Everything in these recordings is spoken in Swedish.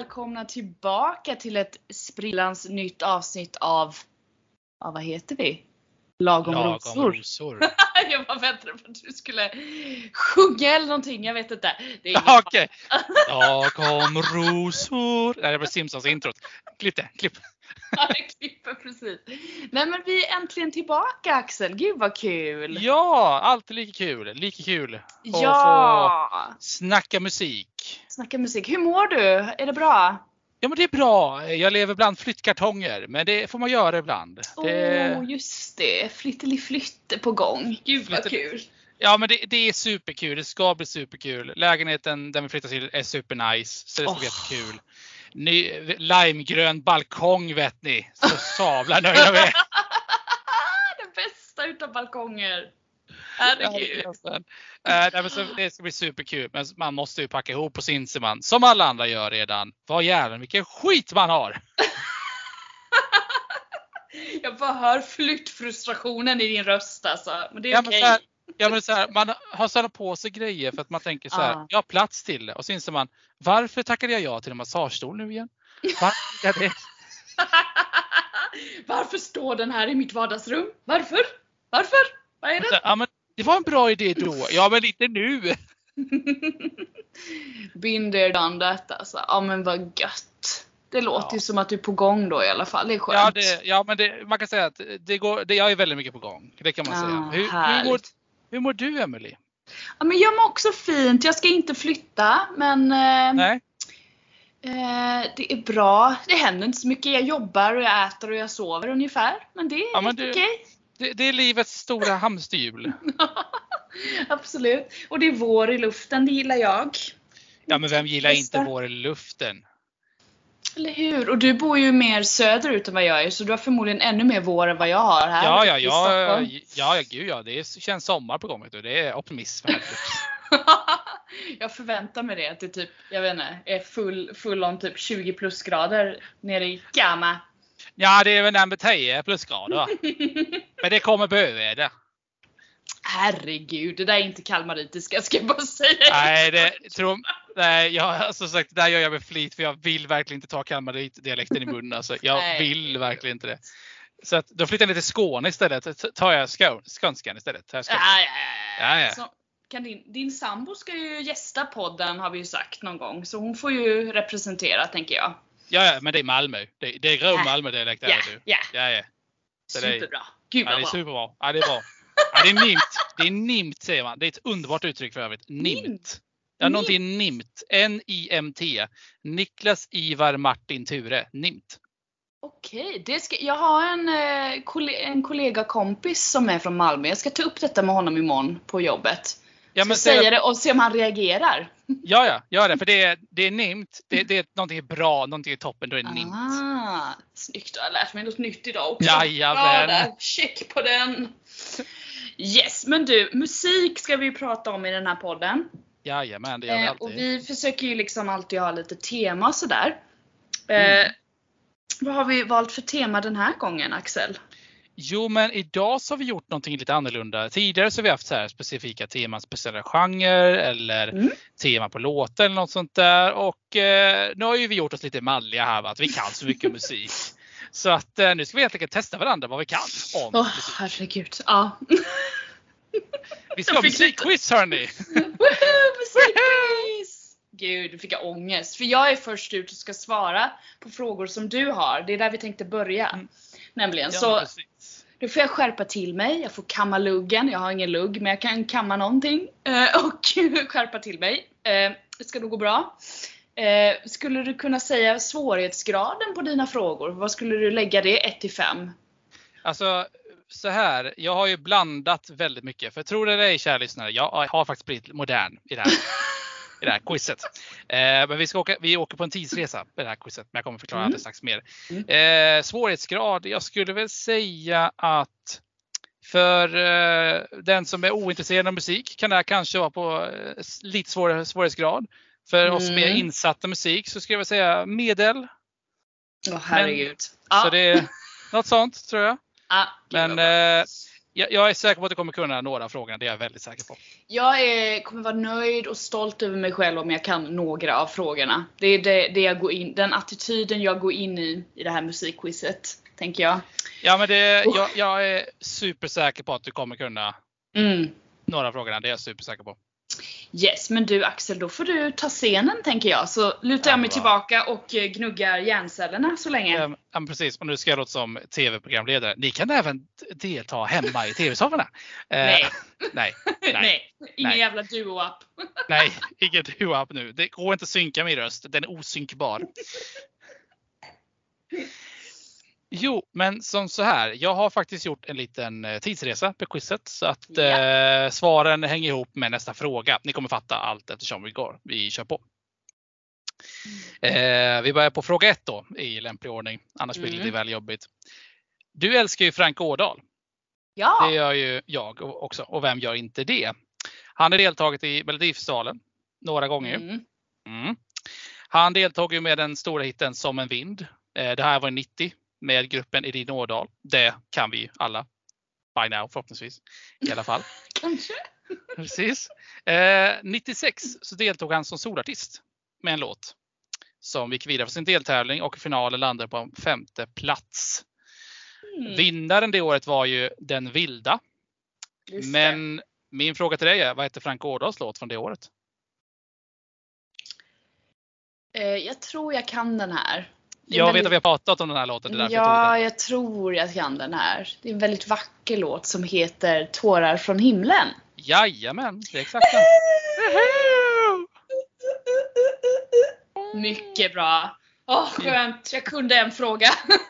välkomna tillbaka till ett sprillans nytt avsnitt av vad heter vi? Lagom rosor. Jag var väntar på att du skulle sjunga eller någonting, jag vet inte. Okej. Lagom rosor. Nej, det var Simpsons introt. Klipp. Ja, det klipper precis. Nej, men vi är äntligen tillbaka, Axel. Gud vad kul. Ja, alltid lika kul. Ja. Få snacka musik. Hur mår du? Är det bra? Ja, men det är bra. Jag lever bland flyttkartonger, men det får man göra ibland. Just det. Flytt på gång. Gud vad kul. Ja, men det är superkul. Det ska bli superkul. Lägenheten där vi flyttar till är supernice, så det ska bli jättekul. Ny limegrön balkong, vet ni. Så sabla nöjda med. Det bästa utav balkonger. Herregud. Det ska bli superkul. Men man måste ju packa ihop på sin man. Som alla andra gör redan. Vad jävlar, vilken skit man har. Jag bara hör flyttfrustrationen i din röst alltså. Men det är okej. Men så här, man har sådana på sig grejer för att man tänker så här, jag har plats till det. Och så inser man, varför tackade jag ja till en massagestol nu igen? Varför står den här i mitt vardagsrum? Varför? Vad är det? Ja, men det var en bra idé då. Ja, men inte nu. Binder done that alltså. Ja, men vad gött. Det låter ju som att du är på gång då i alla fall. Det är skönt. Men man kan säga att jag är väldigt mycket på gång. Det kan man säga. Hur mår du, Emily? Ja, men jag mår också fint. Jag ska inte flytta, men Nej. Det är bra. Det händer inte så mycket. Jag jobbar och jag äter och jag sover ungefär. Men det är okej. Det är livets stora hamsterhjul. Absolut. Och det är vår i luften, det gillar jag. Ja, men vem gillar inte vår i luften? Eller hur? Och du bor ju mer söderut än vad jag är, så du har förmodligen ännu mer vår än vad jag har här i Stockholm. Ja, det känns sommar på gång. Det är optimism. Jag förväntar mig det, att det typ, jag vet inte, är full om typ 20 plusgrader nere i Gamma. Ja, det är väl närmare 10 plusgrader. Men det kommer böväder. Herregud, det där är inte kalmaritiska, ska jag bara säga. Nej, jag har alltså sagt, det där gör jag med flit, för jag vill verkligen inte ta kalmarit-dialekten i munnen. Alltså, jag vill verkligen inte det. Så att, då flyttar jag lite till Skåne istället. Tar jag skånskan istället. Ja. Så, din sambo ska ju gästa podden, har vi ju sagt någon gång. Så hon får ju representera, tänker jag. Ja, men det är Malmö. Det är grå Malmö-dialekt. Ja. Superbra. Gud, det är superbra. Ja, det är bra. Ja, det är nimt, säger man. Det är ett underbart uttryck för övrigt. Nimt. Ja, någonting nimt. N-I-M-T. Niklas Ivar Martin Ture. Nimt. Okej, jag har en kollega kompis som är från Malmö. Jag ska ta upp detta med honom imorgon på jobbet. Ja, men säga det och se om han reagerar. Ja, gör det. För det är nimt. Det är någonting bra, någonting är toppen, då är det nimt. Snyggt, jag har lärt mig något nytt idag också. Jajamän. Check på den. Yes, men du, musik ska vi prata om i den här podden. Jajamän, det gör vi alltid. Och vi försöker ju liksom alltid ha lite tema och sådär. Vad har vi valt för tema den här gången, Axel? Jo, men idag så har vi gjort någonting lite annorlunda. Tidigare så har vi haft så här specifika teman, speciella genrer eller tema på låtar eller något sånt där. Och nu har ju vi gjort oss lite malliga här, att vi kan så mycket musik. Så att nu ska vi egentligen testa varandra vad vi kan om musik. Herregud, ja. Vi ska ha musikquiz, hörni. Musikquiz! Gud, du fick jag ångest. För jag är först ut och ska svara på frågor som du har. Det är där vi tänkte börja. Nämligen. Ja, så precis. Då får jag skärpa till mig. Jag får kamma luggen. Jag har ingen lugg, men jag kan kamma någonting. Och skärpa till mig. Det ska nog gå bra. Skulle du kunna säga svårighetsgraden på dina frågor? Vad skulle du lägga det 1-5? Alltså, så här. Jag har ju blandat väldigt mycket. För tror det eller ej, kära lyssnare, jag har faktiskt blivit modern i det här quizet. Men vi åker på en tidsresa på det här quizet. Men jag kommer förklara alldeles strax mer. Svårighetsgrad, jag skulle väl säga att för den som är ointresserad av musik kan det här kanske vara på lite svårighetsgrad. För oss som är insatta musik så skulle jag väl säga medel. Herregud. Så det är något sånt, tror jag. Men Jag är säker på att du kommer kunna några av frågorna. Det är jag väldigt säker på. Kommer vara nöjd och stolt över mig själv om jag kan några av frågorna. Det är det jag går in, den attityden jag går in i det här musikquizet, tänker jag. Ja, men jag är supersäker på att du kommer kunna några av frågorna. Det är jag supersäker på. Yes, men du Axel, då får du ta scenen, tänker jag. Så lutar jag mig tillbaka och gnuggar hjärncellerna så länge. Ja, men precis. Och nu ska jag låta som tv-programledare. Ni kan även delta hemma i tv-sofforna. Nej. Nej. Ingen jävla duo-app. Nej, ingen duo-app nu. Det går inte att synka min röst. Den är osynkbar. Jo, men som så här. Jag har faktiskt gjort en liten tidsresa på quizet. Så att svaren hänger ihop med nästa fråga. Ni kommer fatta allt eftersom vi går. Vi kör på. Vi börjar på fråga 1 då. I lämplig ordning. Annars blir det väl jobbigt. Du älskar ju Frank Ådahl. Ja. Det gör ju jag också. Och vem gör inte det? Han har deltagit i Melodifestivalen några gånger. Han deltog ju med den stora hitten Som en vind. Det här var 90 med gruppen Erin Ådahl. Det kan vi alla. By now förhoppningsvis. I alla fall. Kanske. Precis. 96 så deltog han som solartist med en låt. Som gick vidare för sin deltävling och i finalen landade på en 5:e plats. Vinnaren det året var ju Den vilda. Men min fråga till dig är, vad heter Frank Ådahls låt från det året? Jag tror jag kan den här. Jag vet att vi har pratat om den här låten. Jag tror jag kan den här. Det är en väldigt vacker låt som heter Tårar från himlen. Jajamän, det är exakt den. Mycket bra. Skönt, jag kunde en fråga.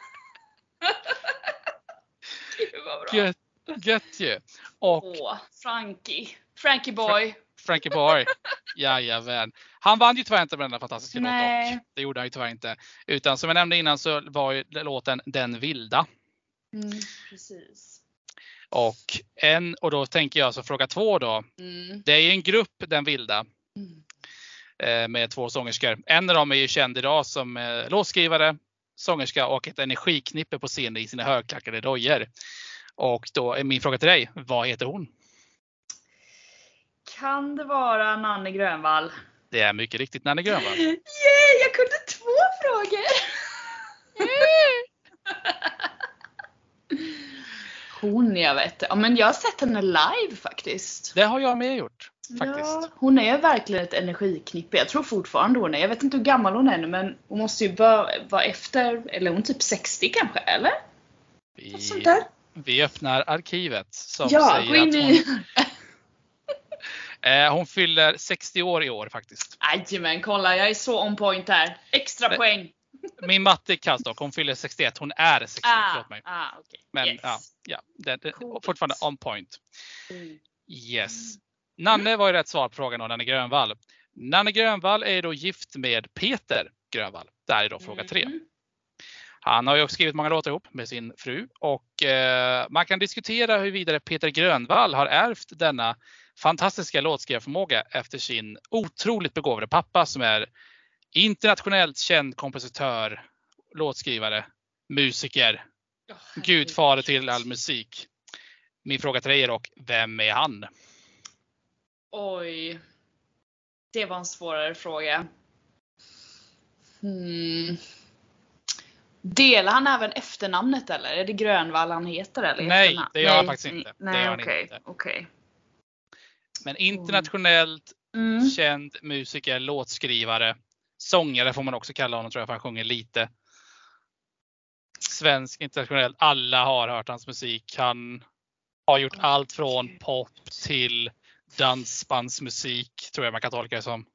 Gud vad bra. Gött ju. Och Frankie boy. Frankie boy. Jajamän. Han vann ju tyvärr inte med den här fantastiska låten. Det gjorde han ju tyvärr inte. Utan som jag nämnde innan så var ju låten Den vilda. Precis. Och då tänker jag så fråga 2 då. Det är ju en grupp Den vilda. Med 2 sångerskor. En av dem är ju känd idag som låtskrivare, sångerska och ett energiknippe på scenen i sina högklackade dojor. Och då är min fråga till dig, vad heter hon? Kan det vara Nanne Grönvall? Det är mycket riktigt Nanne Grönvall. Yay, jag kunde 2 frågor! Hon, jag vet. Ja, men jag har sett henne live faktiskt. Det har jag med gjort. Faktiskt. Ja, hon är verkligen ett energiknippe. Jag tror fortfarande hon är. Jag vet inte hur gammal hon är nu, men hon måste ju vara efter, eller hon typ 60 kanske, eller? Vi öppnar arkivet som säger att hon fyller 60 år i år faktiskt. Jajamän, kolla, jag är så on point här. Extra poäng. Min matte är kass dock. Hon fyller 61. Hon är 60, förlåt mig. Okay. Men yes. Det är fortfarande on point. Yes. Nanne var ju rätt svar på frågan om Nanne Grönvall. Nanne Grönvall är då gift med Peter Grönvall. Där är då fråga 3. Han har ju också skrivit många låtar ihop med sin fru. Och man kan diskutera huruvida Peter Grönvall har ärvt denna fantastiska låtskrivarförmåga efter sin otroligt begåvade pappa som är internationellt känd kompositör, låtskrivare, musiker, gudfader till all musik. Min fråga till dig är dock, vem är han? Oj, det var en svårare fråga. Delar han även efternamnet eller? Är det Grönvall han heter eller? Nej, det gör han faktiskt inte. Okej. Men internationellt känd musiker, låtskrivare, sångare får man också kalla honom, tror jag, för han sjunger lite. Svensk, internationellt, alla har hört hans musik. Han har gjort allt från pop till dansbandsmusik, tror jag man kan tolka det som.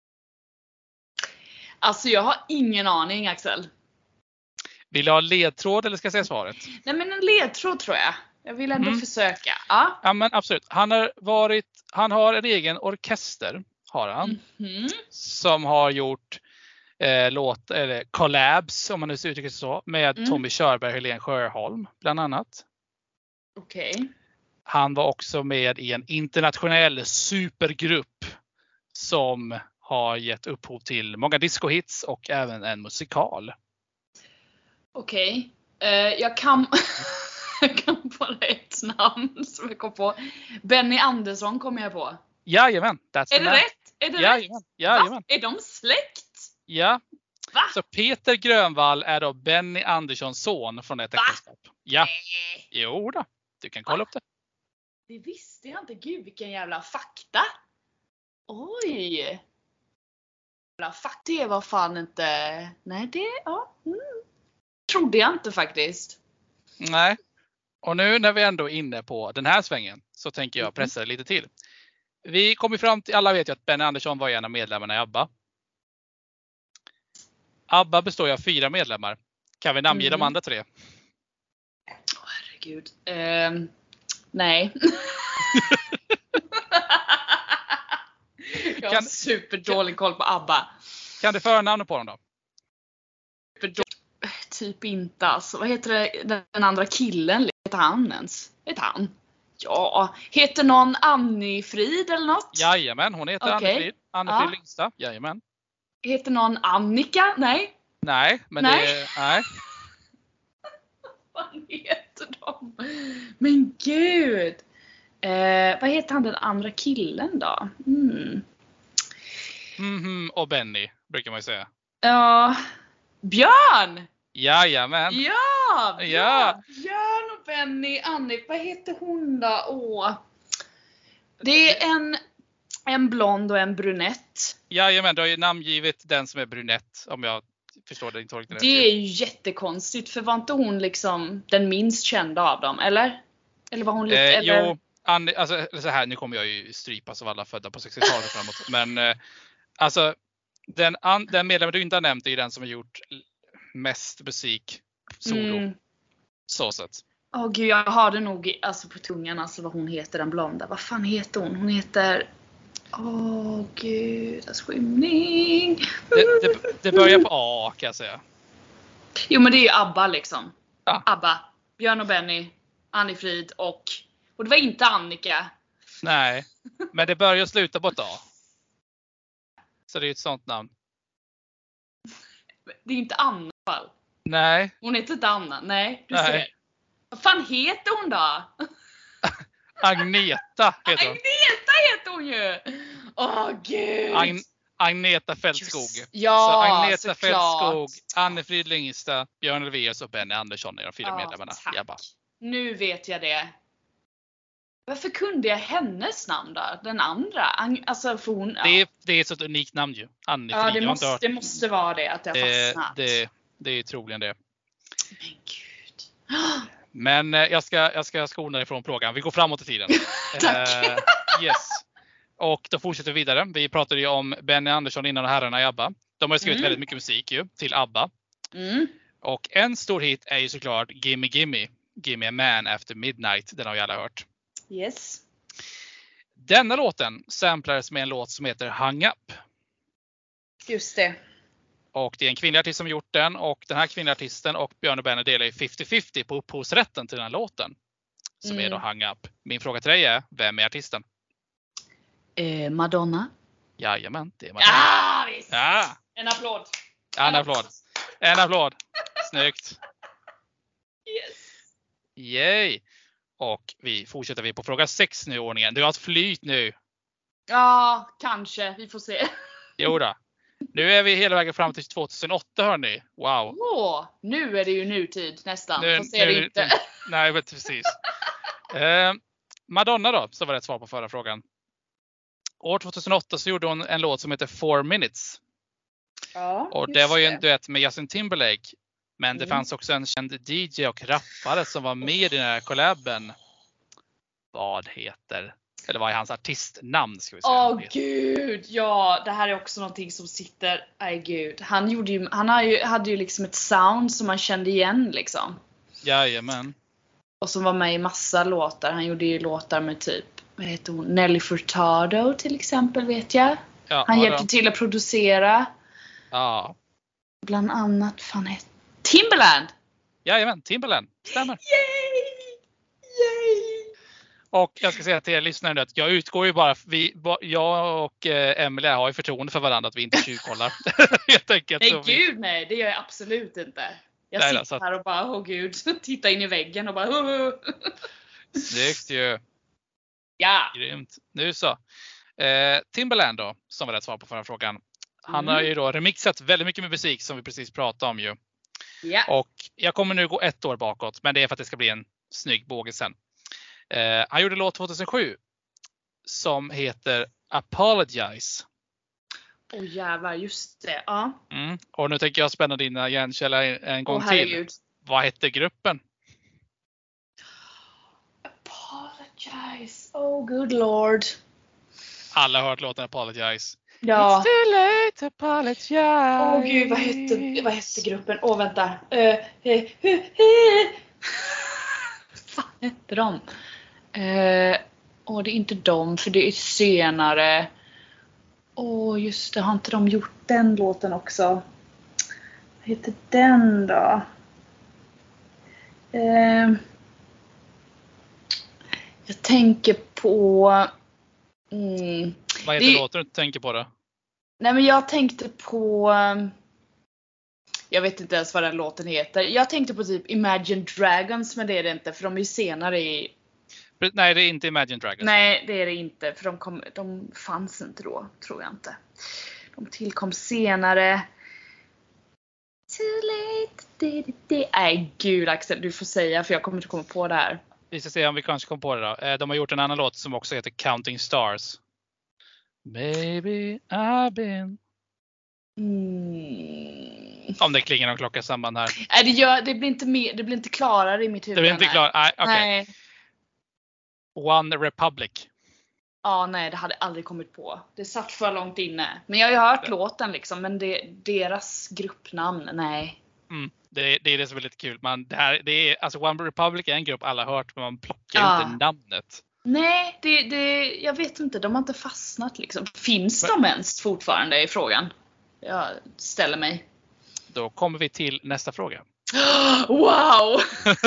Alltså jag har ingen aning, Axel. Vill du ha ledtråd eller ska jag säga svaret? Nej, men en ledtråd tror jag. Jag vill ändå försöka. Ja, men absolut. Han har en egen orkester, har han. Som har gjort eller collabs, om man nu uttrycker sig så, med Tommy Körberg och Helen Sjöholm bland annat. Okej. Han var också med i en internationell supergrupp som har gett upphov till många discohits och även en musikal. Okej. Jag kan Jag kan bara ett namn som jag kom på. Benny Andersson kommer jag på. Jajamän, that's the Är det man. rätt? Är det Jajamän, rätt? jajamän. Va? Är de släkt? Ja. Va? Så Peter Grönvall är då Benny Anderssons son från ett äktenskap. Ja. Nej. Jo då. Du kan kolla upp det. Det visste jag inte. Gud, vilken jävla fakta. Oj. Det var fan inte... Nej, det... Ja. Trodde jag inte faktiskt. Nej. Och nu när vi ändå är inne på den här svängen så tänker jag pressa lite till. Vi kommer fram till, alla vet ju att Benny Andersson var en av medlemmarna i ABBA. ABBA består ju av 4 medlemmar. Kan vi namnge de andra 3? Herregud. Nej. Jag har superdålig koll på ABBA. Kan du förnamnet på dem då? Typ inte alltså. Vad heter det? Den andra killen? Heter han ens? Heter han? Ja. Heter någon Anni-Frid eller något? Jajamän, hon heter Anni-Frid. Anni-Frid Lyngstad. Jajamän. Heter någon Annika? Nej. Nej, men Nej. det... Nej. Vad heter de? Men gud. Vad heter han den andra killen då? Och Benny, brukar man ju säga. Ja. Björn! Jajamän. Ja! Ja. Björn och Benny, Annie. Vad heter hon då? Det är en blond och en brunett. Jajamän, du har ju namngivit den som är brunett, om jag förstår det inte riktigt rätt. Det är ju jättekonstigt, för var inte hon liksom den minst kända av dem, eller? Eller var hon lite... eller? Jo, Annie, alltså så här, nu kommer jag ju strypas av alla födda på 60-talet framåt. Men alltså, den medlemmen du inte har nämnt är ju den som har gjort mest musik solo. Så sett. Gud, jag har det nog alltså på tungan, alltså vad hon heter, den blonda. Vad fan heter hon? Hon heter... gud, skymning. Det börjar på A, kan jag säga. Jo, men det är ju ABBA liksom. Ja. ABBA. Björn och Benny, Anni-Frid och det var inte Annika. Nej, men det börjar sluta på ett A. Så det är ett sånt namn. Det är inte Anna i alla fall. Nej. Hon heter inte Anna. Nej, du Nej. ser. Vad fan heter hon då? Agneta heter hon. Agneta heter hon ju! Gud! Agneta Fältskog. Ja, så Agneta såklart. Fältskog, Anni-Frid Lyngstad, Björn Ulvaeus och Benny Andersson är de 4 medlemmarna. Tack. Nu vet jag det. Varför kunde jag hennes namn då? Den andra? Alltså för hon, det är ett sånt unikt namn ju. Anni-Frid. Ja, det måste vara det, att jag har fastnat. Det är troligen det. Men gud. Men jag ska skona dig från frågan. Vi går framåt i tiden. Tack. Yes. Och då fortsätter vi vidare. Vi pratade ju om Benny Andersson innan och herrarna i ABBA. De har ju skrivit väldigt mycket musik ju, till ABBA. Och en stor hit är ju såklart Gimme Gimme. Give Me a Man After Midnight. Den har vi alla hört. Yes. Denna låten samplades med en låt som heter Hung Up. Just det. Och det är en kvinnlig artist som gjort den. Och den här kvinnliga artisten och Björn och Benny delar ju 50-50 på upphovsrätten till den här låten. Som är då Hung Up. Min fråga till dig är, vem är artisten? Madonna. Jajamän, det är Madonna. Ja, visst. Ja. En applåd. En applåd. Snyggt. Yes. Yay. Och vi fortsätter på fråga 6 nu i ordningen. Du har ett flyt nu. Ja, kanske. Vi får se. Jo då. Nu är vi hela vägen fram till 2008, hörni. Wow. Nu är det ju nutid nästan. Nu, får se det inte. Nej, men precis. Madonna då, så var det ett svar på förra frågan. År 2008 så gjorde hon en låt som heter 4 Minutes. Ja, och det var ju en duett med Justin Timberlake. Men det fanns också en känd DJ och rappare som var med i den här collaben. Vad är hans artistnamn, ska vi säga. Gud, ja, det här är också någonting som sitter. Gud. Han hade ju liksom ett sound som man kände igen liksom. Jajamän. Och som var med i massa låtar. Han gjorde ju låtar med typ, vad heter hon? Nelly Furtado till exempel, vet jag. Ja, han hjälpte till att producera. Ja. Bland annat, Timbaland. Jajamän, Timbaland. Stämmer. Yay! Och jag ska säga till er lyssnare nu att jag utgår ju bara, jag och Emilia har ju förtroende för varandra att vi inte tjuvkollar. Helt enkelt. Nej, gud nej, det gör jag absolut inte. Jag sitter här och bara, åh gud, titta in i väggen och bara Snyggt ju. Ja. Grymt. Nu så. Timbaland då, som var rätt svar på förra frågan. Han har ju då remixat väldigt mycket med musik som vi precis pratade om ju. Ja. Och jag kommer nu gå 1 år bakåt, men det är för att det ska bli en snygg båge sen. Han gjorde låt 2007 som heter Apologize. Jävlar, just det. Ja. Och nu tänker jag spänna dina hjärnkällor en gång till. Vad hette gruppen? Apologize. Oh good lord. Alla har hört låten Apologize. Ja. It's too late to apologize. Gud, vad hette gruppen? Vänta. Vad hette de? Det är inte dem, för det är senare. Just det, har inte de gjort den låten också? Vad heter den då? Jag tänker på... Vad heter låten du tänker på då? Nej, men jag tänkte på... Jag vet inte ens vad den låten heter. Jag tänkte på typ Imagine Dragons, men det är det inte. För de är senare i... Nej, det är inte Imagine Dragons. Nej, det är det inte. För de fanns inte då, tror jag inte. De tillkom senare. Too late. Nej, gud Axel, du får säga, för jag kommer inte komma på det här. Vi ska se om vi kanske kommer på det då. De har gjort en annan låt som också heter Counting Stars. Maybe I've been... Om det klingar någon klocka samband här. Nej, det blir inte klarare i mitt huvud. Det blir inte klart. Nej, okej. Nej. One Republic. Ja, nej, det hade aldrig kommit på. Det satt för långt inne. Men jag har ju hört låten liksom, men deras gruppnamn, nej. Det är det som är lite kul. Alltså One Republic är en grupp alla har hört, men man plockar inte namnet. Nej, jag vet inte. De har inte fastnat liksom. Finns de ens fortfarande i frågan? Jag ställer mig. Då kommer vi till nästa fråga. Wow!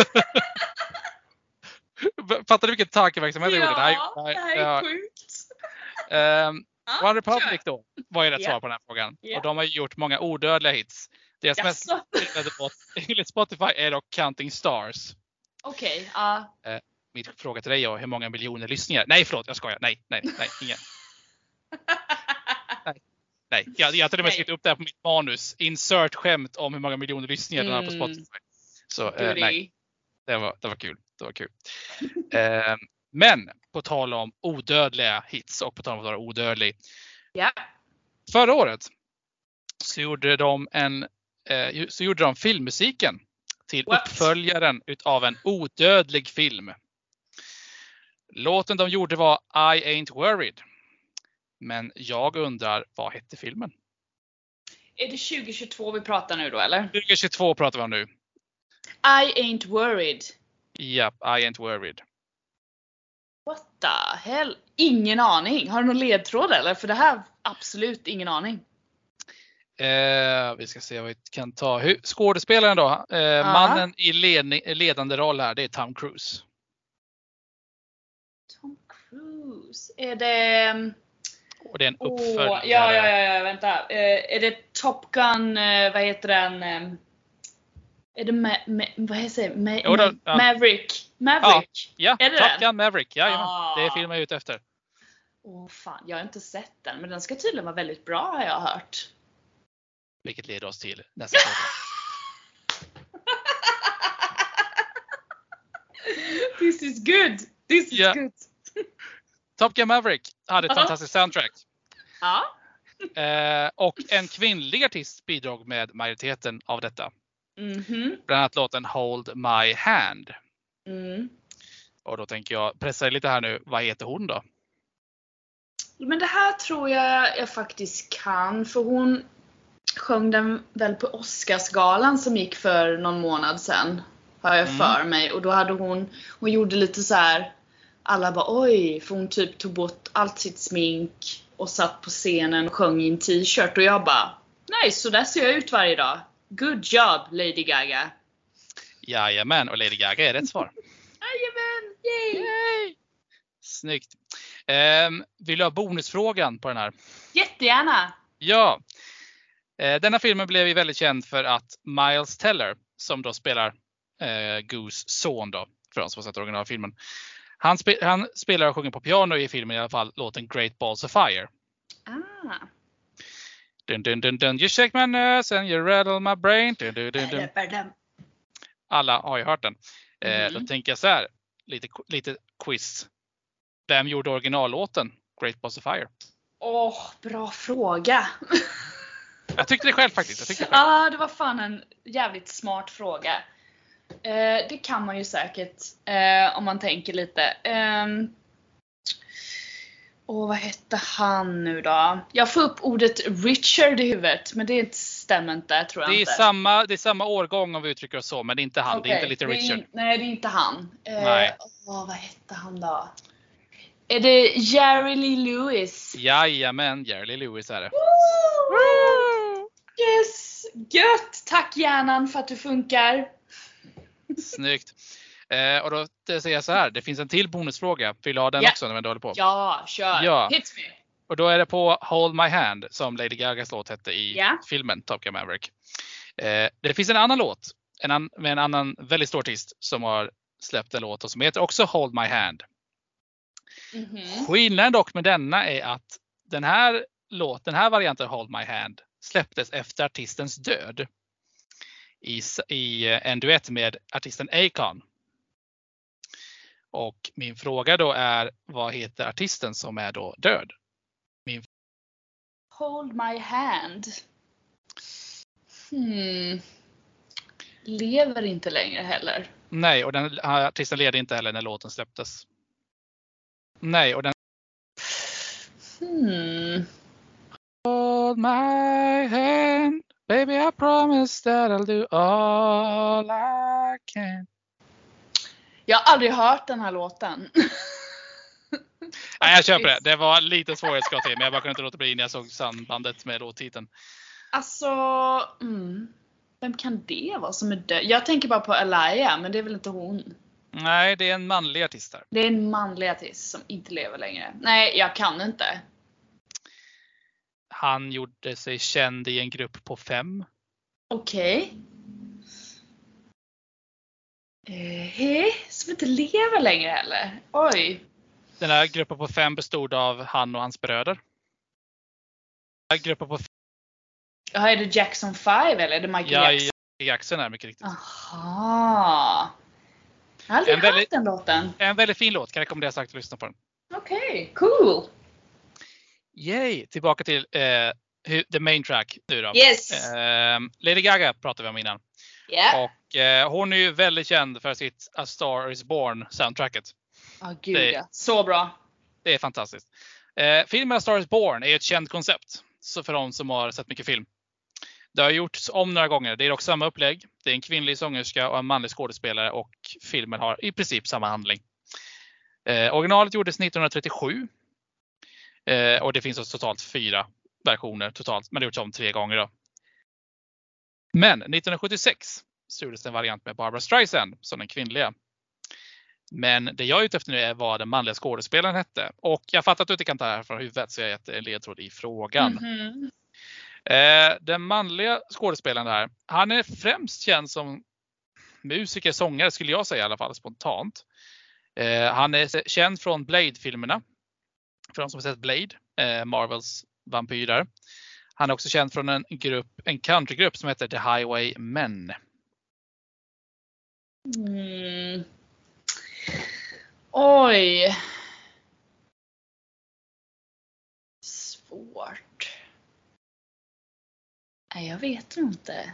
Fattar du vilken tankeverksamhet jag gjorde? Det här är sjukt. One Republic då var ju rätt svar på den här frågan. Och de har gjort många odödliga hits. Deras mest spelade låt enligt Spotify är dock Counting Stars. Okej, Min fråga till dig är hur många miljoner lyssningar? Nej, förlåt, jag skojar. Nej, ingen. Nej, jag till och med skrivit upp det här på mitt manus. Insert skämt om hur många miljoner lyssningar den har på Spotify. Så nej, det var kul. Men på tal om odödliga hits och på tal om att vara odödlig. Ja. Förra året så gjorde de filmmusiken till uppföljaren utav en odödlig film. Låten de gjorde var I Ain't Worried. Men jag undrar, vad hette filmen? Är det 2022 vi pratar nu då, eller? 2022 pratar vi om nu. I Ain't Worried. Japp, I Ain't Worried. What the hell? Ingen aning. Har du någon ledtråd eller? För det här, absolut ingen aning. Vi ska se vad vi kan ta. Skådespelaren då. Mannen i ledande roll här, det är Tom Cruise. Tom Cruise. Är det... Och det är en uppföljare. Ja, vänta. Är det Top Gun, vad heter den? Är det vad heter det? Maverick? Maverick? Ja, är det Top Gun Maverick. Ja, det är filmen jag är ute efter. Fan, jag har inte sett den, men den ska tydligen vara väldigt bra, har jag hört. Vilket leder oss till nästa fråga. This is good. Good. Top Gun Maverick hade ett fantastiskt soundtrack. Ja. Och en kvinnlig artist bidrog med majoriteten av detta. Bland annat låten Hold My Hand. Och då tänker jag pressa lite här nu. Vad heter hon då? Men det här tror jag faktiskt kan. För hon sjöng den väl på Oscarsgalan som gick för någon månad sedan. Har jag för mig. Och då hade hon gjorde lite så här. Alla bara oj. För hon typ tog bort allt sitt smink. Och satt på scenen och sjöng i en t-shirt. Och jag bara nej, så där ser jag ut varje dag. Good job, Lady Gaga. Jajamän, och Lady Gaga är rätt svar. Jajamän, yay! Snyggt. Vill du ha bonusfrågan på den här? Jättegärna. Ja. Denna filmen blev ju väldigt känd för att Miles Teller som då spelar Goose son då, för de som har sett originalfilmen. Han spelar och sjunger på piano i filmen i alla fall låten Great Balls of Fire. Ah. Dun, dun, dun, dun. You shake my nerves and you rattle my brain. Dun, dun, dun, dun. Alla har ju hört den. Då tänker jag så här, lite quiz. Vem gjorde originallåten Great Balls of Fire? Bra fråga. Jag tyckte det själv faktiskt. Ja, det var fan en jävligt smart fråga. Det kan man ju säkert om man tänker lite. Vad hette han nu då? Jag får upp ordet Richard i huvudet, men det stämmer inte, tror jag inte. Det är samma årgång om vi uttrycker oss så, men det är inte han. Okay. Det är inte Little Richard. Nej, det är inte han. Nej. Vad hette han då? Är det Jerry Lee Lewis? Jajamän, Jerry Lee Lewis är det. Woo! Yes! Gött! Tack hjärnan för att du funkar. Snyggt. Och då säger jag så här, det finns en till bonusfråga. Vill du ha den också när vi håller på? Ja, kör. Ja. Hit me. Och då är det på Hold My Hand som Lady Gagas låt hette i filmen Top Gun Maverick. Det finns en annan låt med en annan väldigt stor artist som har släppt en låt och som heter också Hold My Hand. Skillnaden dock med denna är att den här varianten Hold My Hand släpptes efter artistens död i en duett med artisten Akon. Och min fråga då är, vad heter artisten som är då död? Hold My Hand. Lever inte längre heller. Nej, och den artisten levde inte heller när låten släpptes. Nej, och den... Hold my hand, baby, I promise that I'll do all I can. Jag har aldrig hört den här låten. Nej, jag köper det. Det var lite svårighetsgrad till, men jag bara kunde inte låta bli när jag såg sambandet med låttiteln. Alltså, vem kan det vara som är död? Jag tänker bara på Alaya, men det är väl inte hon? Nej, det är en manlig artist här. Det är en manlig artist som inte lever längre. Nej, jag kan inte. Han gjorde sig känd i en grupp på 5. Okej. Som inte lever längre heller. Oj. Den här gruppen på 5 bestod av han och hans bröder. Den här gruppen på 5. Ja, är det Jackson 5 eller är det Michael Jackson? Ja, Jackson är mycket riktigt. Aha. Jag har aldrig hört den låten. En väldigt fin låt, kan jag rekommendera sagt att lyssna på den. Okej, cool. Yay, tillbaka till the main track nu då. Yes. Lady Gaga pratade vi om innan. Yeah. Och hon är ju väldigt känd för sitt A Star Is Born soundtracket. Gud, så bra. Det är fantastiskt. Filmen A Star Is Born är ett känt koncept. Så för de som har sett mycket film. Det har gjorts om några gånger. Det är också samma upplägg. Det är en kvinnlig sångerska och en manlig skådespelare. Och filmen har i princip samma handling. Originalet gjordes 1937. Och det finns totalt 4 versioner totalt. Men det har gjorts om 3 gånger då. Men 1976 så gjordes en variant med Barbra Streisand som den kvinnliga. Men det jag är ute efter nu är vad den manliga skådespelaren hette. Och jag fattar att du inte kan ta det här från huvudet, så jag har gett en ledtråd i frågan. Den manliga skådespelaren där, han är främst känd som musiker, sångare skulle jag säga i alla fall spontant. Han är känd från Blade-filmerna. För de som har sett Blade, Marvels vampyrer. Han är också känd från en countrygrupp som heter The Highwaymen. Oj. Svårt. Nej, jag vet inte.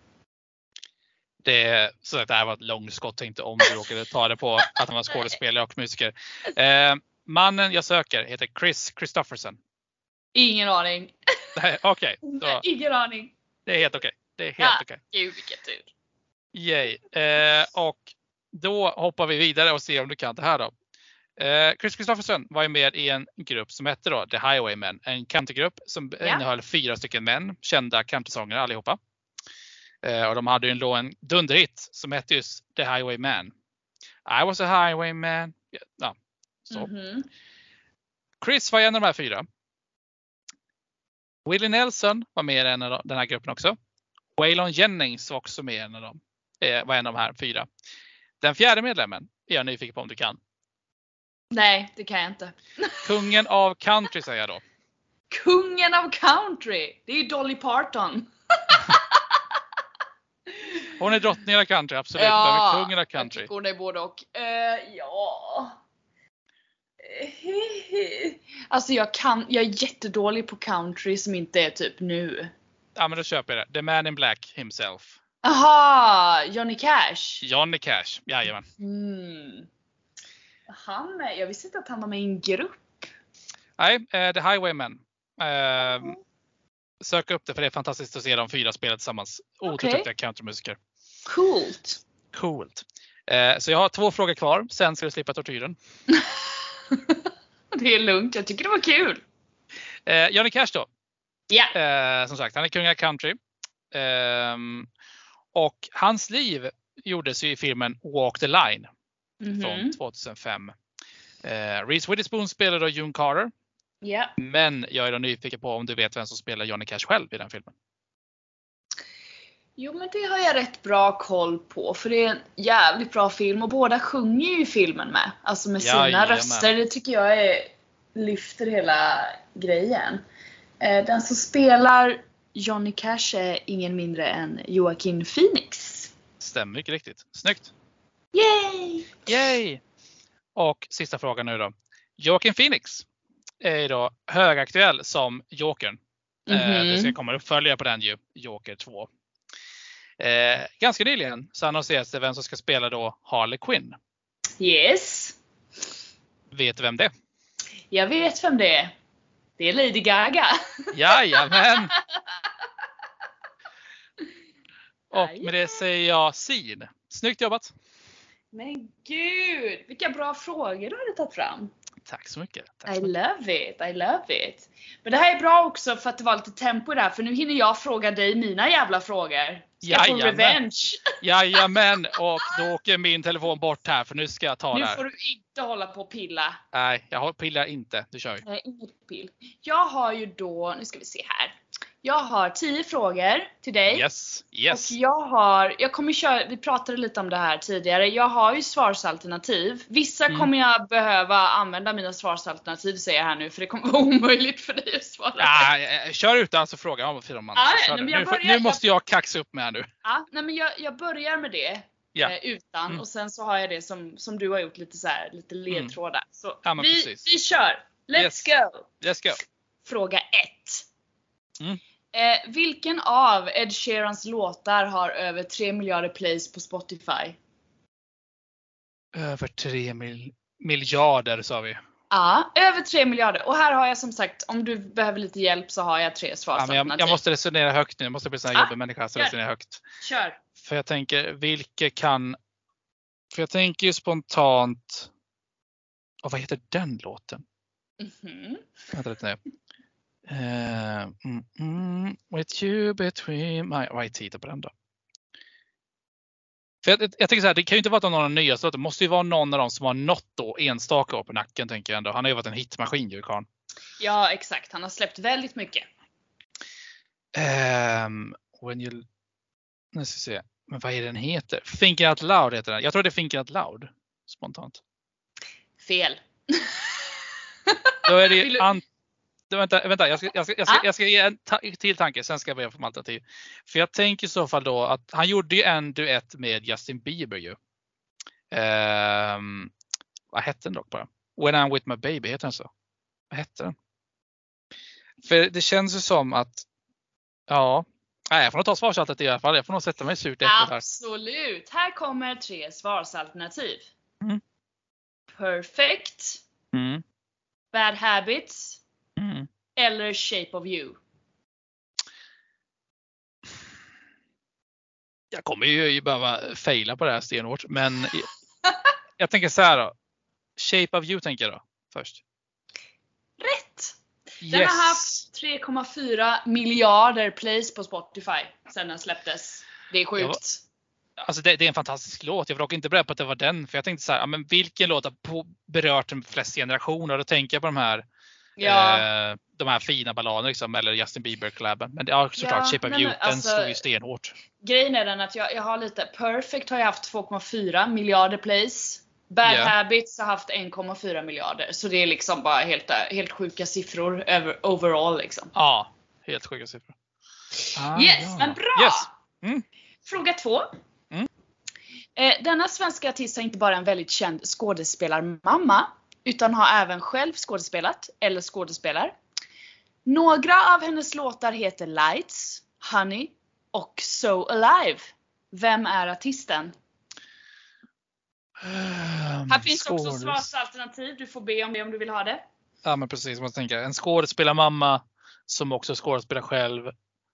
Så att det här var ett långskott, tänkte om du råkade ta det på att han var skådespelare och musiker. Mannen jag söker heter Chris Christopherson. Ingen aning. Okej. Ingen aning. Det är helt okej. Det är helt okej. Gud, vilket tur. Yay. Och då hoppar vi vidare och ser om du kan det här då. Chris Christopherson var ju med i en grupp som hette då The Highwaymen. En countrygrupp som innehöll 4 stycken män. Kända countrysångare allihopa. Och de hade ju en dunderhit som hette just The Highwayman. I was a highwayman. Ja, så. Chris var en av de här 4. Willie Nelson var med i den här gruppen också. Waylon Jennings var också med i en av dem. var en av de här 4. Den 4:e medlemmen är jag nyfiken på om du kan. Nej, det kan jag inte. Kungen av country säger jag då. Kungen av country! Det är ju Dolly Parton. Hon är drottningen av country, absolut. Ja, Men kungen av jag country. tycker hon är både och. Ja. Alltså jag är jättedålig på country som inte är typ nu. Ja, men då köper jag det. The Man in Black himself. Aha, Johnny Cash. Johnny Cash, jajamän. Jag visste inte att han var med i en grupp. Nej, The Highwaymen. Sök upp det för det är fantastiskt att se de 4 spela tillsammans. Otroligt duktiga countrymusiker. Coolt. Så jag har 2 frågor kvar, sen ska du slippa tortyren. Det är lugnt, jag tycker det var kul. Johnny Cash då. Ja. Som sagt, han är kung av country. Och hans liv gjordes ju i filmen Walk the Line från 2005. Reese Witherspoon spelar då June Carter. Ja. Men jag är då nyfiken på om du vet vem som spelar Johnny Cash själv i den filmen. Jo, men det har jag rätt bra koll på. För det är en jävligt bra film. Och båda sjunger ju i filmen med. Alltså med sina röster. Det tycker jag lyfter hela grejen. Den som spelar Johnny Cash är ingen mindre än Joaquin Phoenix. Stämmer mycket riktigt. Snyggt. Yay! Och sista frågan nu då. Joaquin Phoenix är då högaktuell som Jokern. Det ska komma uppföljare på den ju. Joker 2. Ganska nyligen så annonserades det vem som ska spela då Harley Quinn. Yes. Vet du vem det är? Jag vet vem det är. Det är Lady Gaga. Jajamän. Och med det säger jag Sin. Snyggt jobbat. Men gud, vilka bra frågor du hade tagit fram. Tack så mycket. I love it. Men det här är bra också för att det var lite tempo där. För nu hinner jag fråga dig mina jävla frågor. Ska jag få revenge? Jajamän, och då åker min telefon bort här för nu ska jag ta det här. Nu får du inte hålla på och pilla. Nej, jag pillar inte. Du kör ju. Nej, inget pill. Jag har ju då, nu ska vi se här. Jag har 10 frågor till dig. Yes. Och jag kommer köra, vi pratade lite om det här tidigare. Jag har ju svarsalternativ. Vissa kommer jag behöva använda mina svarsalternativ, säger jag här nu. För det kommer vara omöjligt för dig att svara. Kör ut alltså frågan om man nu måste jag kaxa upp med här nu. Ja, nej, men jag börjar med det. Utan. Och sen så har jag det som du har gjort lite så här, lite ledtrådar. Så vi kör. Let's go. Fråga 1. Vilken av Ed Sheerans låtar har över 3 miljarder plays på Spotify? Över 3 miljarder sa vi. Ja, över 3 miljarder. Och här har jag som sagt, om du behöver lite hjälp så har jag 3 svarsalternativ. Jag måste resonera högt nu. Jag måste bli sån här jobbig människa så resonera högt. Kör. För jag tänker, för jag tänker ju spontant. Vad heter den låten? Vänta lite nu. With you between my... Vad heter på den då? För jag tänker så här, det kan ju inte vara någon av de nya låtar. Det måste ju vara någon av dem som har något då enstaka år på nacken, tänker jag ändå. Han har ju varit en hitmaskin ju, Karl. Ja, exakt. Han har släppt väldigt mycket. When you... Nu ska vi se. Men vad är den heter? Thinking Out Loud heter den. Jag tror det är Thinking Out Loud. Spontant. Fel. Då är det vänta, jag ska ge en till tanke, sen ska jag börja få alternativ. För jag tänker i så fall då att han gjorde ju en duett med Justin Bieber ju. Vad hette den dock bara? When I'm With My Baby, heter den så? Vad hette den? För det känns ju som att jag får nog ta svarsalternativ i alla fall. Jag får nog sätta mig surt efter här. Absolut. Här kommer 3 svarsalternativ. Perfect. Bad Habits. Eller Shape of You. Jag kommer ju behöva faila på det här stenhårt. Men jag tänker så här då. Shape of You tänker jag då först. Rätt! Den har haft 3,4 miljarder plays på Spotify sedan den släpptes. Det är sjukt. Alltså det är en fantastisk låt. Jag var dock inte beredd på att det var den. För jag tänkte så här, men vilken låt har berört de flesta generationer? Då tänker jag på de här Ja. De här fina balladerna liksom, eller Justin Bieber-collabben. Men ja, såklart, Shape of You, den slog ju stenhårt. Grejen är den att jag har lite, Perfect har jag haft 2,4 miljarder plays. Bad Habits har haft 1,4 miljarder. Så det är liksom bara helt sjuka siffror overall liksom. Ja, helt sjuka siffror. Men bra! Yes. Fråga 2. Denna svenska artist har inte bara en väldigt känd skådespelarmamma, utan har även själv skådespelat eller skådespelar. Några av hennes låtar heter Lights, Honey och So Alive. Vem är artisten? Här finns också svarsalternativ. Du får be om det om du vill ha det. Ja, men precis. Man tänker en skådespelarmamma som också skådespelar själv.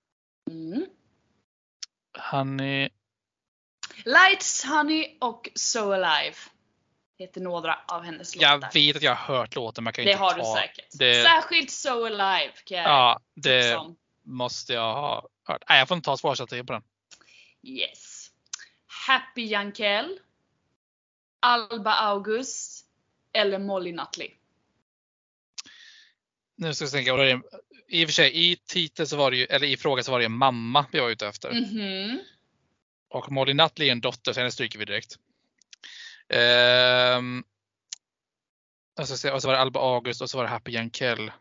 Honey. Lights, Honey och So Alive heter några av hennes låtar. Jag vet att jag har hört låten, men jag kan det inte har du säkert. Särskilt So Alive kan jag Ja, det måste jag ha hört. Nej, jag får inte ta svarsalternativ på den. Yes. Happy Jankell, Alba August eller Molly Nutley. Nu ska jag tänka. I och för sig, i titeln så var det ju, eller i frågan så var det en mamma vi var ute efter. Och Molly Nutley är en dotter, så henne stryker vi direkt. Och så var det Alba August och så var det Happy Jankell.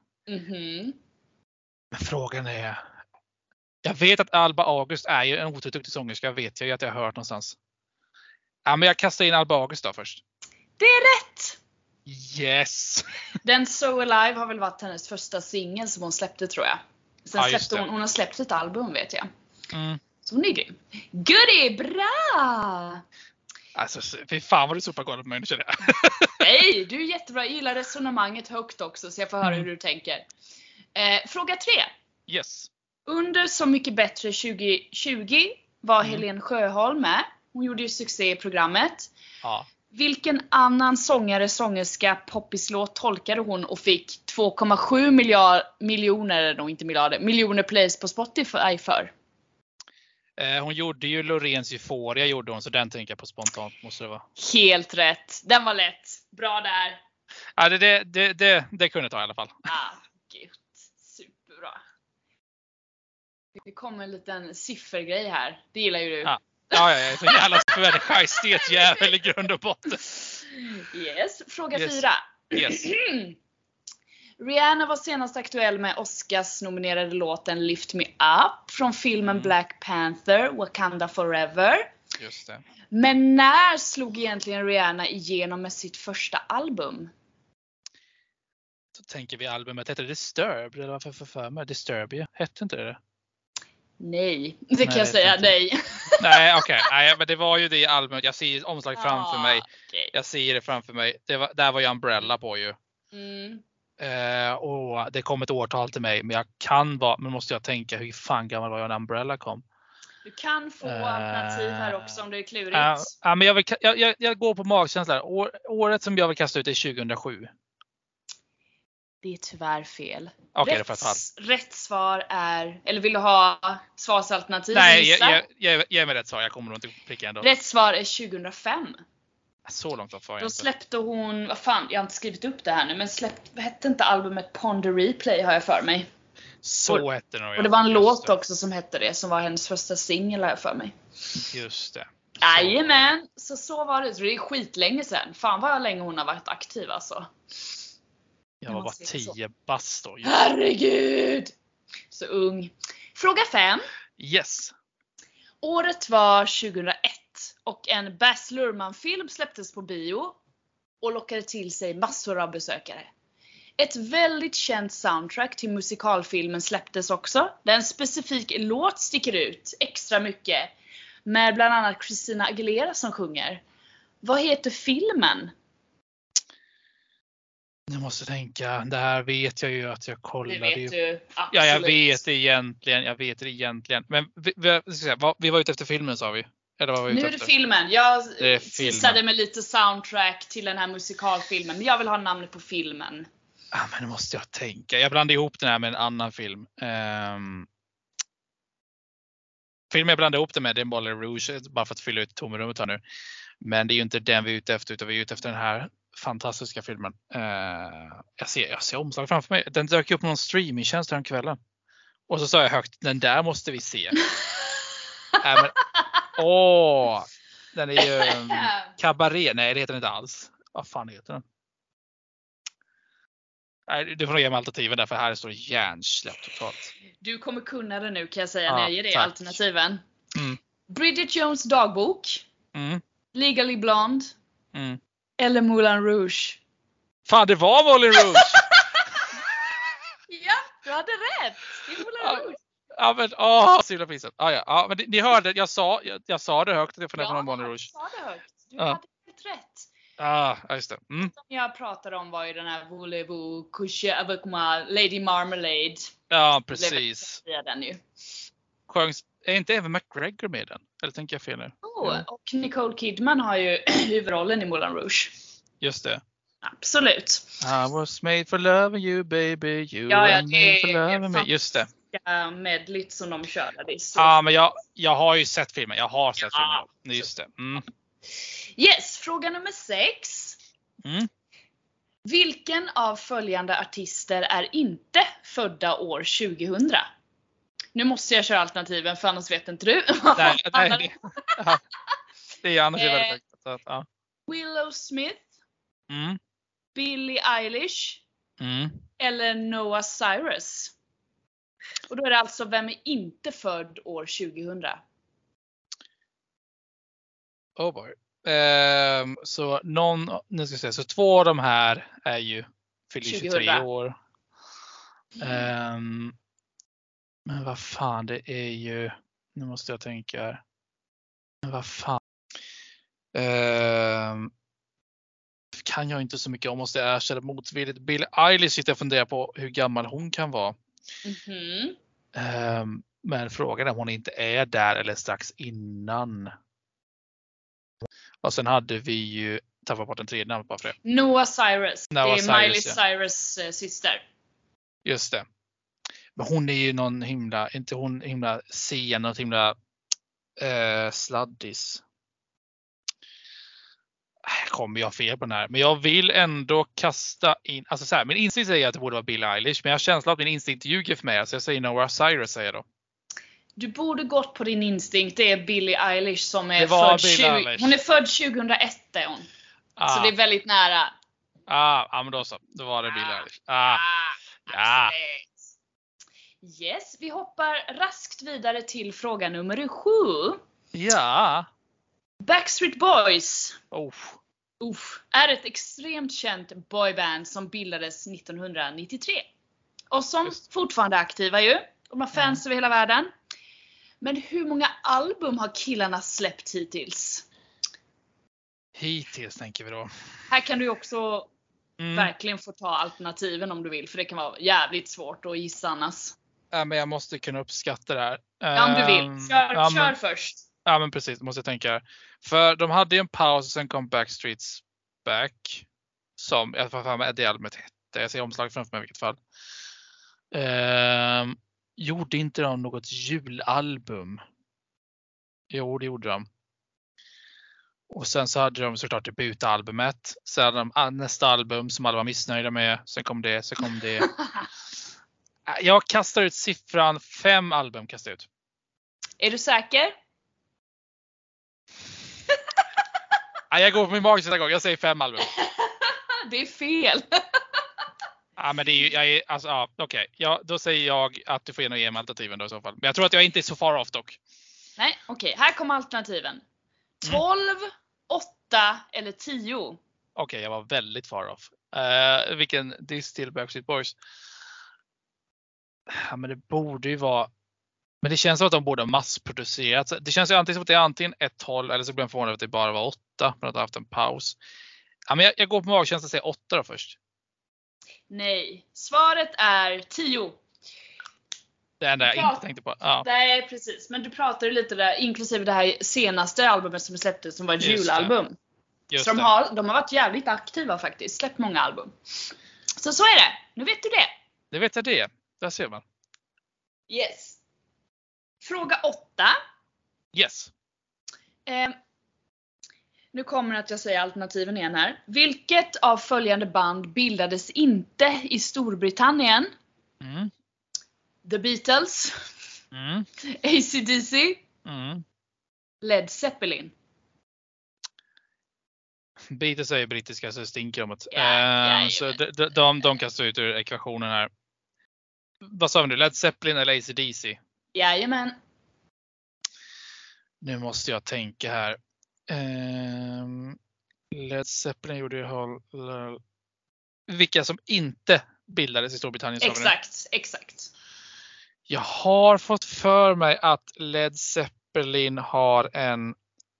Men frågan är... Jag vet att Alba August är ju en otroligt duktig sångerska, vet jag ju att jag har hört någonstans. Ja, men jag kastar in Alba August då först. Det är rätt! Yes! Den So Alive har väl varit hennes första singel som hon släppte, tror jag. Sen släppte hon har släppt ett album, vet jag. Så hon är grym. Goodie, bra! Alltså, fy fan vad du sopar golvet på mig, nu känner jag. Nej, du är jättebra. Jag gillar resonemanget högt också, så jag får höra hur du tänker. Fråga 3. Yes. Under Så mycket bättre 2020 var Helen Sjöholm med. Hon gjorde ju succé i programmet. Ja. Vilken annan sångerska, poppislåt tolkade hon och fick 2,7 miljoner plays på Spotify för? Hon gjorde ju Loreens Euphoria, gjorde hon, så den tänker jag på spontant, måste det vara. Helt rätt. Den var lätt. Bra där. Ja, det kunde jag ta i alla fall. Gud. Superbra. Det kommer en liten siffergrej här. Det gillar ju du. Ja, jag är så jävla skitstet jävel i grund och botten. Yes. Fråga 4. Yes. Rihanna var senast aktuell med Oscars nominerade låten Lift Me Up från filmen Black Panther, Wakanda Forever. Just det. Men när slog egentligen Rihanna igenom med sitt första album? Så tänker vi albumet, hette det Disturbed? Eller varför för mig? Disturbed, hette inte det? Nej, det kan jag säga nej. Nej, okej. Nej, men det var ju det albumet. Jag ser omslag framför mig. Okay. Jag ser det framför mig. Där var ju Umbrella på ju. Och det kom ett årtal till mig, men men måste jag tänka hur fan gammal var jag när Umbrella kom? Du kan få alternativ här också om det är klurigt. Men jag går på magkänsla. Året som jag vill kasta ut är 2007. Det är tyvärr fel. Okay, rätt svar är... Eller vill du ha svarsalternativ? Nej, ge mig rätt svar. Jag kommer nog inte pricka ändå. Rätt svar är 2005. Så långt var jag Då släppte hon... Vad fan, jag har inte skrivit upp det här nu. Men hette inte albumet Ponder Replay, har jag för mig. Så hette det nog. Och det var en låt också som hette det. Som var hennes första singel, har jag för mig. Just det. Jajamän, så var det. Så det är skitlänge sedan. Fan vad länge hon har varit aktiv alltså. Jag var bara 10 bast då. Herregud! Så ung. Fråga 5. Yes. Året var 2001 och en Baz Luhrmann-film släpptes på bio och lockade till sig massor av besökare. Ett väldigt känt soundtrack till musikalfilmen släpptes också. Där en specifik låt sticker ut extra mycket med bland annat Christina Aguilera som sjunger. Vad heter filmen? Jag måste tänka, det här vet jag ju att jag kollade. Det vet du, absolut. Ja, jag vet det egentligen. Men vi var ute efter filmen, sa vi. Eller vad var vi ute nu är efter? Det filmen. Jag gissade med lite soundtrack till den här musikalfilmen. Men jag vill ha namnet på filmen. Ja, men det måste jag tänka. Jag blandade ihop den här med en annan film. Filmen jag blandade ihop det med, det är Moulin Rouge. Bara för att fylla ut tomrummet här nu. Men det är ju inte den vi är ute efter, utan vi är ute efter den här fantastiska filmen. Jag ser omslag framför mig. Den dök upp på någon streamingtjänst den kvällen. Och så sa jag högt, den där måste vi se. Den är ju Cabaret. Nej, det heter den inte alls. Vad fan heter den? Nej, du får nog ge mig alternativen där, för här står hjärnsläpp totalt. Du kommer kunna det nu, kan jag säga, när jag ger dig tack. alternativen. Bridget Jones dagbok. Legally Blonde. Eller Moulin Rouge. Fan, det var Moulin Rouge! Ja, du hade rätt. Det är Moulin Rouge. Ja, men syvla priset. Ja, men ni hörde, jag sa det högt att jag funderade på Moulin Rouge. Ja, jag sa det högt. Du hade helt rätt. Ja, just det. Som jag pratade om var ju den här Voulez-vous coucher avec moi, Lady Marmalade. Ja, precis. Den ju. Sjöngs, är inte Evan McGregor med den? Eller tänker jag fel nu? Och Nicole Kidman har ju huvudrollen i Moulin Rouge. Just det. Absolut. I was made for loving you, baby. You were made for loving me. Just det. Medligt som de kör. Men jag har ju sett filmen. Jag har sett filmen. Just det. Yes, fråga nummer 6. Vilken av följande artister är inte födda år 2000? Nu måste jag köra alternativen, för annars vet inte du. Nej, det är annars är väldigt högt. Willow Smith. Billie Eilish. Eller Noah Cyrus. Och då är det alltså, vem är inte född år 2000? Oh boy. Så nu ska jag säga, så 2 av de här är ju fyller 23 år. Men vad fan, det är ju, nu måste jag tänka. Men vad fan. Kan jag inte så mycket om, måste jag erkänna motvilligt. Billie Eilish sitter och funderar på hur gammal hon kan vara. Men frågan är om hon inte är där eller strax innan. Och sen hade vi ju tappat bort en tredje namn bara för det. Noah Cyrus. Det är Miley Cyrus syster. Just det. Men hon är ju någon himla, inte hon himla sen, något himla sladdis. Kommer jag fel på den här. Men jag vill ändå kasta in, alltså så här, min instinkt säger att det borde vara Billie Eilish, men jag har känslan att min instinkt ljuger för mig, så jag säger Noah Cyrus, säger jag då. Du borde gått på din instinkt. Det är Billie Eilish som är född hon är född 2001 är hon. Så det är väldigt nära. Men då så. Då var det Billie Eilish. Yes, vi hoppar raskt vidare till fråga nummer 7. Ja. Backstreet Boys är ett extremt känt boyband som bildades 1993. Och som fortfarande är aktiva ju. De har fans över hela världen. Men hur många album har killarna släppt hittills? Hittills tänker vi då. Här kan du också verkligen få ta alternativen om du vill. För det kan vara jävligt svårt att gissa annars. Men jag måste kunna uppskatta det här. Om du vill. Kör först. Ja, men precis. Måste jag tänka. För de hade ju en paus och sen kom Backstreets Back. Som jag får fram det albumet hette. Jag ser omslaget framför mig i vilket fall. Gjorde inte de något julalbum? Jo, det gjorde de. Och sen så hade de såklart debutalbumet. Sen hade de nästa album som alla var missnöjda med. Sen kom det. Jag kastar ut siffran 5 album. Kastar ut. Är du säker? Jag går på min mage sista gången. Jag säger 5 album. Det är fel. Men det är ju, okej. Ja, då säger jag att du får ge mig alternativen då i så fall. Men jag tror att jag inte är så far off dock. Nej, okej. Här kommer alternativen. 12, 8 eller 10. Okej, jag var väldigt far off. Vilken diss till Backstreet Boys. Men det borde ju vara. Men det känns som att de borde ha massproducerat. Det känns ju antingen som att det är antingen 1, 12 eller så blir jag förvånad att det bara var 8. Men att ha haft en paus. Men jag går på magkänslan och säger 8 då först. Nej, svaret är 10. Det enda jag inte tänkte på. Nej, precis. Men du pratade lite där, inklusive det här senaste albumet som släpptes som var ett julalbum. Så de har varit jävligt aktiva faktiskt. Släppt många album. Så är det. Nu vet du det. Det vet jag det. Där ser man. Yes. Fråga 8. Yes. Nu kommer att jag säger alternativen igen här. Vilket av följande band bildades inte i Storbritannien? Mm. The Beatles, Mm. AC/DC, Mm. Led Zeppelin. Beatles är ju brittiska så det stinker om att. Ja, så de kan stå ut ur ekvationen här. Vad sa vi nu? Led Zeppelin eller AC/DC? Jajamän. Nu måste jag tänka här. Led Zeppelin gjorde ju vilka som inte bildades i Storbritannien. Exakt. Jag har fått för mig att Led Zeppelin har en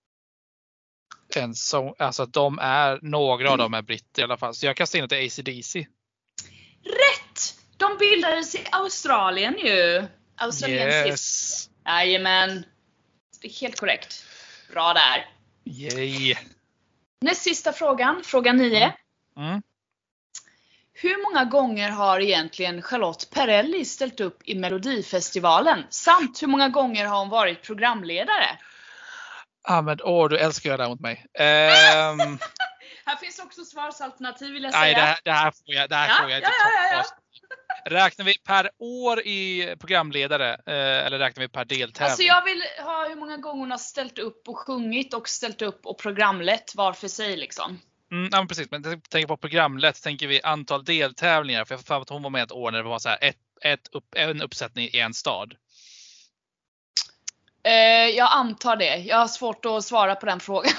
sång, alltså några av dem är britter i alla fall. Så jag kastar in att det är AC/DC. Rätt! De bildades i Australien ju. Australiensiskt. Yes. Jajamän. Det är helt korrekt. Bra där. Yay. Näst sista frågan, fråga 9. Mm. Hur många gånger har egentligen Charlotte Perrelli ställt upp i Melodifestivalen? Samt hur många gånger har hon varit programledare? Men du älskar jag det mot mig. Här finns också svarsalternativ vill jag säga. Nej, det här får jag. Ja. Räknar vi per år i programledare eller räknar vi per deltävling? Alltså jag vill ha hur många gånger hon har ställt upp och sjungit och ställt upp och programlett var för sig liksom. Ja, men precis, men tänker på programlett tänker vi antal deltävlingar. För jag får för att hon var med ett år när det var så här en uppsättning i en stad. Jag antar det. Jag har svårt att svara på den frågan.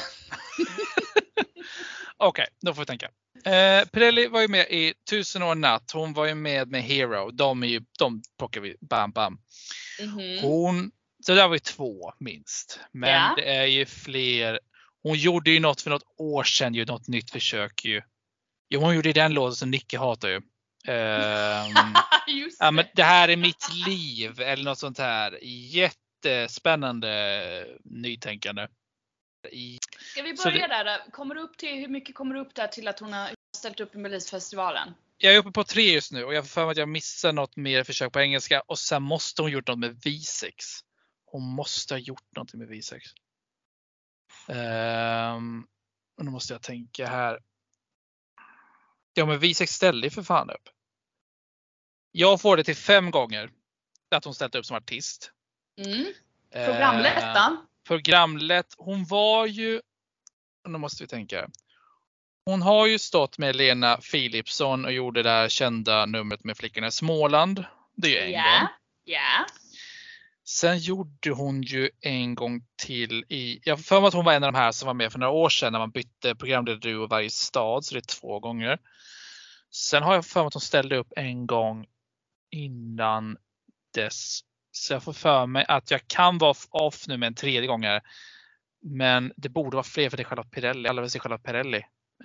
Okej, då får vi tänka. Perrelli var ju med i 1000 år natt. Hon var ju med Hero. De plockar vi bam. Så där var ju 2 minst. Men det är ju fler. Hon gjorde ju något för något år sedan, ju något nytt försök ju. Jo, hon gjorde den låten som Nicke hatar ju. Just ja, men det här är mitt liv eller något sånt här. Jättespännande nytänkande. Ska vi börja där? Hur mycket kommer du upp där till att hon har ställt upp i Melodifestivalen? Jag är uppe på 3 just nu och jag får för mig att jag missar något mer försök på engelska. Och sen måste hon gjort något med V6. Hon måste ha gjort något med V6. Och nu måste jag tänka här. Ja, men V6 ställde för fan upp. Jag får det till 5 gånger att hon ställt upp som artist. Programlett då? Programlett. Hon var ju, nu måste vi tänka. Hon har ju stått med Lena Philipsson och gjorde det här kända numret med Flickorna i Småland. Det är ju en gång. Ja. Sen gjorde hon ju en gång till jag får för mig att hon var en av de här som var med för några år sedan när man bytte programledare i varje stad, så det är 2 gånger. Sen har jag för mig att hon ställde upp en gång innan dess. Så jag får för mig att jag kan vara off nu med en 3:e gång här. Men det borde vara fler för det är Charlotte Perrelli. Alla vill se Charlotte Perrelli.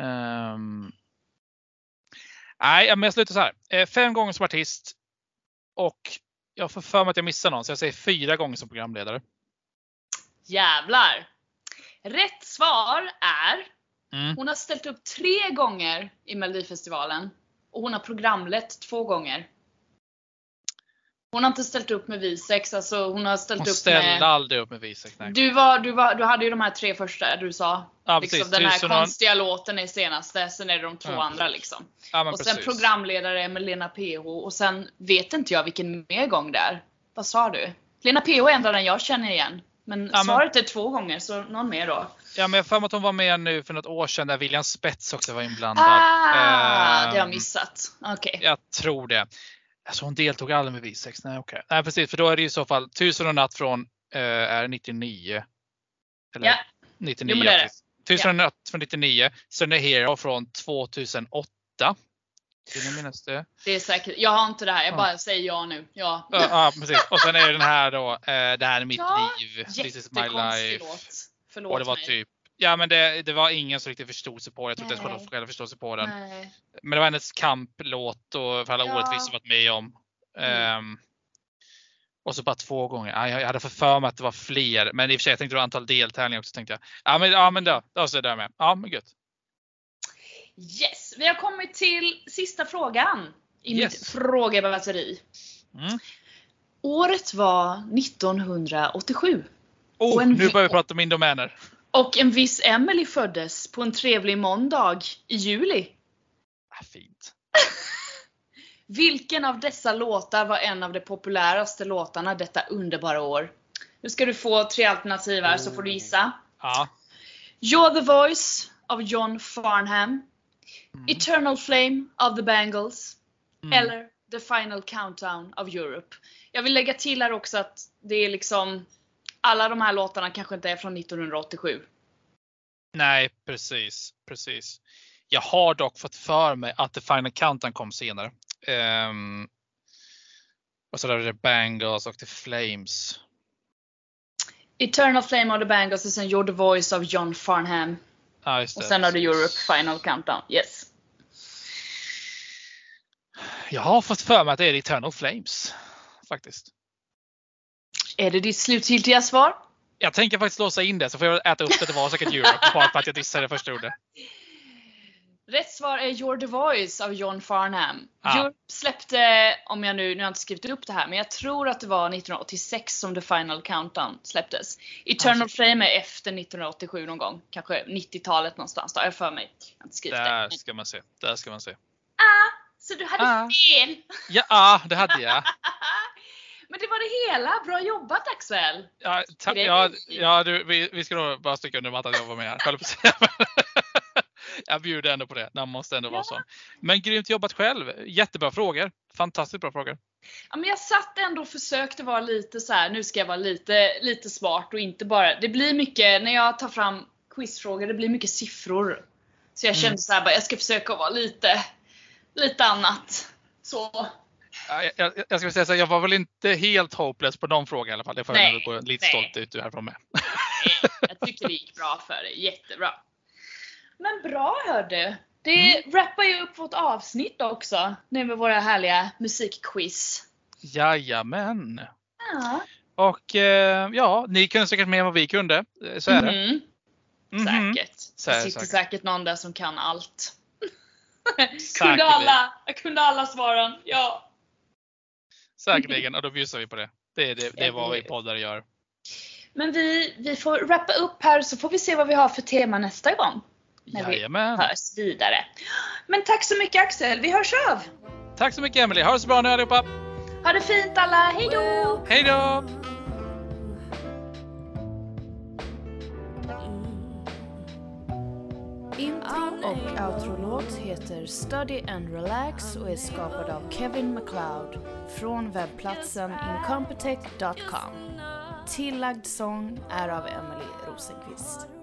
Nej, men jag slutar så här. 5 gånger som artist. Och jag får för mig att jag missar någon. Så jag säger 4 gånger som programledare. Jävlar. Rätt svar är hon har ställt upp 3 gånger i Melodifestivalen. Och hon har programlett 2 gånger. Hon har inte ställt upp med V6, alltså hon har ställt upp med... ställde aldrig upp med V6, nej. Du hade ju de här 3 första du sa. Ja, liksom precis. den här konstiga låten är senaste, sen är det de 2 andra liksom. Ja, och sen programledare med Lena PH och sen vet inte jag vilken mer gång det är. Vad sa du? Lena PH är ändå den jag känner igen. Men svaret är 2 gånger, så någon mer då. Ja, men jag får att hon var med nu för något år sedan där William Spets också var inblandad. Det har jag missat. Okay. Jag tror det. Alltså hon deltog aldrig med V6. Nej, okej. Nej, precis. För då är det i så fall 1000 och natt från är 99. Eller 99. Jo, men det är det. 1000 och natt från 99. Sen är Hero från 2008. Vill ni minnas det? Det är säkert. Jag har inte det här. Jag bara säger ja nu. Ja. Ja, precis. Och sen är det den här då. Det här är mitt liv. This is my life. Låt. Förlåt och det var mig. typ. Ja, men det var ingen som riktigt förstod sig på det. Jag tror inte ens Charlotte själv förstod sig på den. Nej. Men det var hennes kamplåt och för alla orättvisor varit med om. Och så bara 2 gånger. Jag hade för mig att det var fler. Men i och för sig jag tänkte det var antal deltävlingar också. Tänkte jag. Ja men då så är det med. Ja men gött. Yes, vi har kommit till sista frågan i mitt frågebatteri. Året var 1987. Nu börjar vi prata om min domäner. Och en viss Emily föddes på en trevlig måndag i juli. Fint. Vilken av dessa låtar var en av de populäraste låtarna detta underbara år? Nu ska du få 3 alternativ här så får du gissa. Ja. You're the Voice av John Farnham. Eternal Flame of the Bangles. Eller The Final Countdown of Europe. Jag vill lägga till här också att det är liksom, alla de här låtarna kanske inte är från 1987. Nej, precis. Jag har dock fått för mig att The Final Countdown kom senare. Och så där är det Bangles och The Flames. Eternal Flame of the Bangles och sen You're the Voice av John Farnham. Ja, just det. Och sen har du Europe Final Countdown. Yes. Jag har fått för mig att det är Eternal Flames. Faktiskt. Är det ditt slutgiltiga svar? Jag tänker faktiskt låsa in det så får jag äta upp det var säkert Europe. Bara för att jag dissade det första ordet. Rätt svar är You're the Voice av John Farnham. Ah. Europe släppte, om jag nu har jag inte skrivit upp det här, men jag tror att det var 1986 som The Final Countdown släpptes. Eternal Flame är efter 1987 någon gång. Kanske 90-talet någonstans, då har jag för mig. Jag har inte skrivit Där det. ska man se. Där ska man se. Så du hade fel! Ja, det hade jag. Men det var det hela. Bra jobbat, Axel! Vi ska nog bara stycka under mattan att jag var med här. Jag bjuder ändå på det. Det måste ändå vara så. Men grymt jobbat själv. Jättebra frågor. Fantastiskt bra frågor. Ja, men jag satt ändå och försökte vara lite så här. Nu ska jag vara lite smart och inte bara. Det blir mycket, när jag tar fram quizfrågor, det blir mycket siffror. Så jag kände så här, jag ska försöka vara lite annat. Så. Jag ska säga så här, jag var väl inte helt hopeless på de frågorna i alla fall. Det får jag gå lite stolt ut härifrån med. Nej, jag tycker det gick bra för dig. Jättebra. Men bra, hörde. Det wrappar ju upp vårt avsnitt också. Nu med våra härliga musikquiz. Jajamän. Ja. Och ni kunde säkert mer än vad vi kunde. Så är det. Säkert. Det sitter säkert någon där som kan allt. Jag kunde alla svaren. Ja. Säkerligen, och då bjussar vi på det. Det är vad vi poddar gör. Men vi får wrappa upp här så får vi se vad vi har för tema nästa gång. När Jajamän. Vi hörs vidare. Men tack så mycket, Axel. Vi hörs av. Tack så mycket, Emily. Ha det så bra nu allihopa. Ha det fint alla. Hej då. Hej då. Intro och outro-låt heter Study and Relax och är skapad av Kevin MacLeod från webbplatsen incompetech.com. Tillagd sång är av Emily Rosenqvist.